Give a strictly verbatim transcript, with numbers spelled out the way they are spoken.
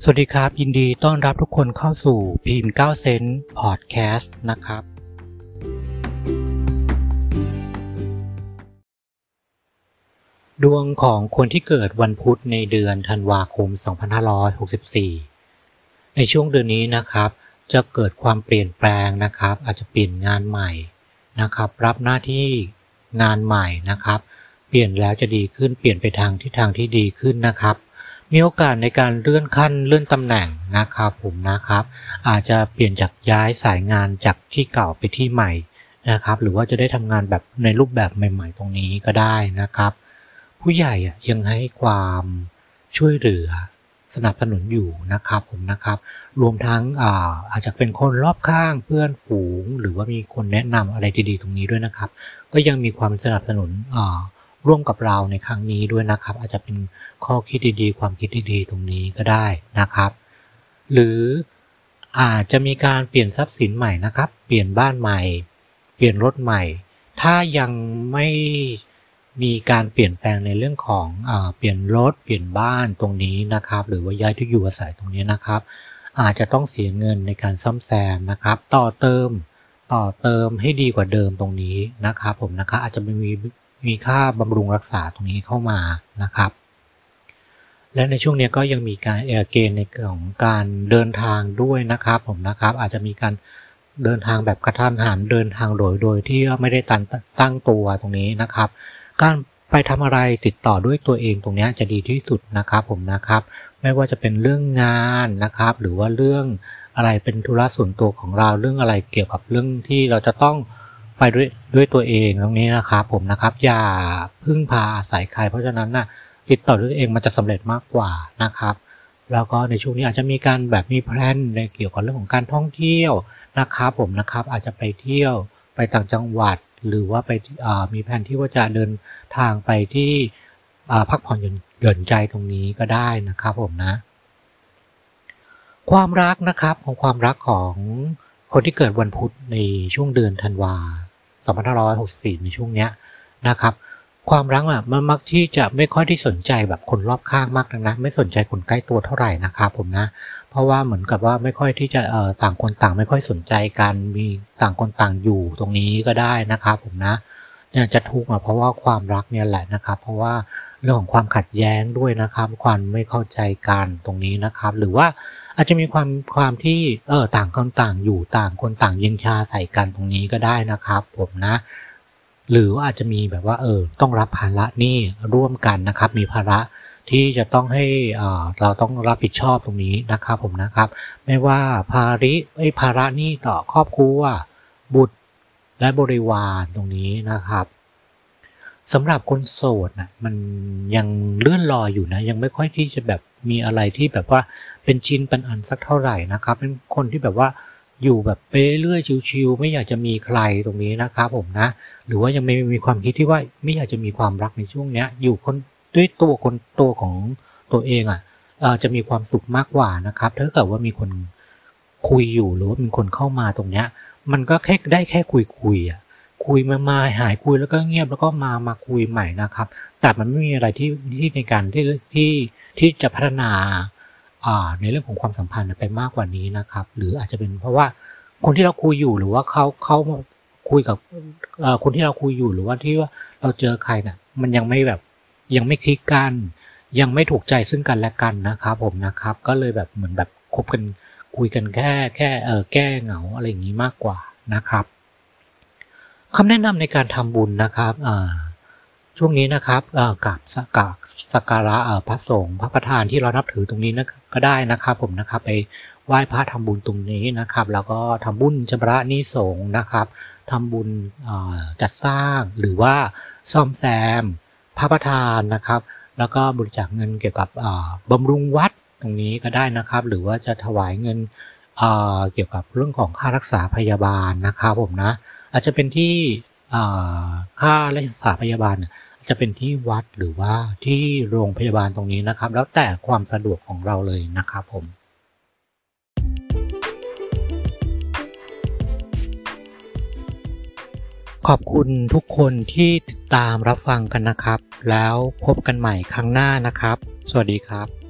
สวัสดีครับยินดีต้อนรับทุกคนเข้าสู่พีมเก้าเซนส์พอดแคสต์นะครับดวงของคนที่เกิดวันพุธในเดือนธันวาคมสองพันห้าร้อยหกสิบสี่ในช่วงเดือนนี้นะครับจะเกิดความเปลี่ยนแปลงนะครับอาจจะเปลี่ยนงานใหม่นะครับรับหน้าที่งานใหม่นะครับเปลี่ยนแล้วจะดีขึ้นเปลี่ยนไปทางทิศทางที่ดีขึ้นนะครับมีโอกาสในการเลื่อนขั้นเลื่อนตำแหน่งนะครับผมนะครับอาจจะเปลี่ยนจากย้ายสายงานจากที่เก่าไปที่ใหม่นะครับหรือว่าจะได้ทำงานแบบในรูปแบบใหม่ๆตรงนี้ก็ได้นะครับผู้ใหญ่ยังให้ความช่วยเหลือสนับสนุนอยู่นะครับผมนะครับรวมทั้งอาอาจจะเป็นคนรอบข้างเพื่อนฝูงหรือว่ามีคนแนะนำอะไรดีๆตรงนี้ด้วยนะครับก็ยังมีความสนับสนุนอ่าร่วมกับเราในครั้งนี้ด้วยนะครับอาจจะเป็นข้อคิดดีๆความคิดดีๆตรงนี้ก็ได้นะครับหรืออาจจะมีการเปลี่ยนทรัพย์สินใหม่นะครับเปลี่ยนบ้านใหม่เปลี่ยนรถใหม่ถ้ายังไม่มีการเปลี่ยนแปลงในเรื่องของอ่าเปลี่ยนรถเปลี่ยนบ้านตรงนี้นะครับหรือว่าย้ายที่อยู่อาศัยตรงนี้นะครับอาจจะต้องเสียเงินในการซ่อมแซมนะครับต่อเติมต่อเติมให้ดีกว่าเดิมตรงนี้นะครับผมนะครับอาจจะมีมีค่าบำรุงรักษาตรงนี้เข้ามานะครับและในช่วงนี้ก็ยังมีการเอเกณฑ์ในของการเดินทางด้วยนะครับผมนะครับอาจจะมีการเดินทางแบบกระทันหันเดินทางโดยโดยที่ไม่ได้ตั้งตั้งตัวตรงนี้นะครับการไปทำอะไรติดต่อด้วยตัวเองตรงนี้จะดีที่สุดนะครับผมนะครับไม่ว่าจะเป็นเรื่องงานนะครับหรือว่าเรื่องอะไรเป็นธุระส่วนตัวของเราเรื่องอะไรเกี่ยวกับเรื่องที่เราจะต้องไปด้วยด้วยตัวเองตรงนี้นะครับผมนะครับอย่าพึ่งพาอาศัยใครเพราะฉะนั้นน่ะติดต่อด้วยตัวเองมันจะสำเร็จมากกว่านะครับแล้วก็ในช่วงนี้อาจจะมีการแบบมีแพลนในเกี่ยวกับเรื่องของการท่องเที่ยวนะครับผมนะครับอาจจะไปเที่ยวไปต่างจังหวัดหรือว่าไปมีแผนที่ว่าจะเดินทางไปที่พักผ่อนหย่อนใจตรงนี้ก็ได้นะครับผมนะความรักนะครับของความรักของคนที่เกิดวันพุธในช่วงเดือนธันวาสองพันห้าร้อยหกสิบสี่ในช่วงเนี้ยนะครับความรักอ่ะมันมักที่จะไม่ค่อยที่สนใจแบบคนรอบข้างมากนะไม่สนใจคนใกล้ตัวเท่าไหร่นะครับผมนะเพราะว่าเหมือนกับว่าไม่ค่อยที่จะเอ่อต่างคนต่างไม่ค่อยสนใจกันมีต่างคนต่างอยู่ตรงนี้ก็ได้นะครับผมนะเนี่ยจะทุกข์อ่ะเพราะว่าความรักเนี่ยแหละนะครับเพราะว่าเรื่องของความขัดแย้งด้วยนะครับความไม่เข้าใจกันตรงนี้นะครับหรือว่าอาจจะมีความความที่เออต่างคนต่างอยู่ต่างคนต่างยิงชาใส่กันตรงนี้ก็ได้นะครับผมนะหรือว่าอาจจะมีแบบว่าเออต้องรับภาระหนี้ร่วมกันนะครับมีภาระที่จะต้องให้เอ่อเราต้องรับผิดชอบตรงนี้นะครับผมนะครับไม่ว่าภาริไอ้ภาระหนี้ต่อครอบครัวบุตรและบริวารตรงนี้นะครับสำหรับคนโสดนะมันยังเลื่อนลอยอยู่นะยังไม่ค่อยที่จะแบบมีอะไรที่แบบว่าเป็นชิ้นเป็นอันสักเท่าไหร่นะครับเป็นคนที่แบบว่าอยู่แบบไปเรื่อยชิวๆไม่อยากจะมีใครตรงนี้นะครับผมนะหรือว่ายังไม่มีความคิดที่ว่าไม่อยากจะมีความรักในช่วงเนี้ยอยู่คนด้วยตัวคนตัวของตัวเองอ่ะเอ่อจะมีความสุขมากกว่านะครับถ้าเกิดว่ามีคนคุยอยู่หรือว่ามีคนเข้ามาตรงเนี้ยมันก็แค่ได้แค่คุยคุยอ่ะคุยมามาหายคุยแล้วก็เงียบแล้วก็มามาคุยใหม่นะครับแต่มันไม่มีอะไรที่ที่ในการที่ที่ที่จะพัฒนาอ่าในเรื่องของความสัมพันธ์ไปมากกว่านี้นะครับหรืออาจจะเป็นเพราะว่าคนที่เราคุยอยู่หรือว่าเขาเขาคุยกับเอ่อคนที่เราคุยอยู่หรือว่าที่ว่าเราเจอใครเนี่ยมันยังไม่แบบยังไม่คลิกกันยังไม่ถูกใจซึ่งกันและกันนะครับผมนะครับก็เลยแบบเหมือนแบบคบกันคุยกันแค่แค่เออแก้เหงาอะไรอย่างนี้มากกว่านะครับคำแนะนำในการทำบุญนะครับอ่าช่วงนี้นะครับกับสักการะสักการะพระสงฆ์พระประธานที่เรานับถือตรงนี้นะก็ได้นะครับผมนะครับไปไหว้พระทำบุญตรงนี้นะครับแล้วก็ทำบุญชำระหนี้สงฆ์นะครับทำบุญจัดสร้างหรือว่าซ่อมแซมพระประธานนะครับแล้วก็บริจาคเงินเกี่ยวกับบำรุงวัดตรงนี้ก็ได้นะครับหรือว่าจะถวายเงินเกี่ยวกับเรื่องของค่ารักษาพยาบาลนะครับผมนะอาจจะเป็นที่ค่ารักษาพยาบาลจะเป็นที่วัดหรือว่าที่โรงพยาบาลตรงนี้นะครับแล้วแต่ความสะดวกของเราเลยนะครับผมขอบคุณทุกคนที่ติดตามรับฟังกันนะครับแล้วพบกันใหม่ครั้งหน้านะครับสวัสดีครับ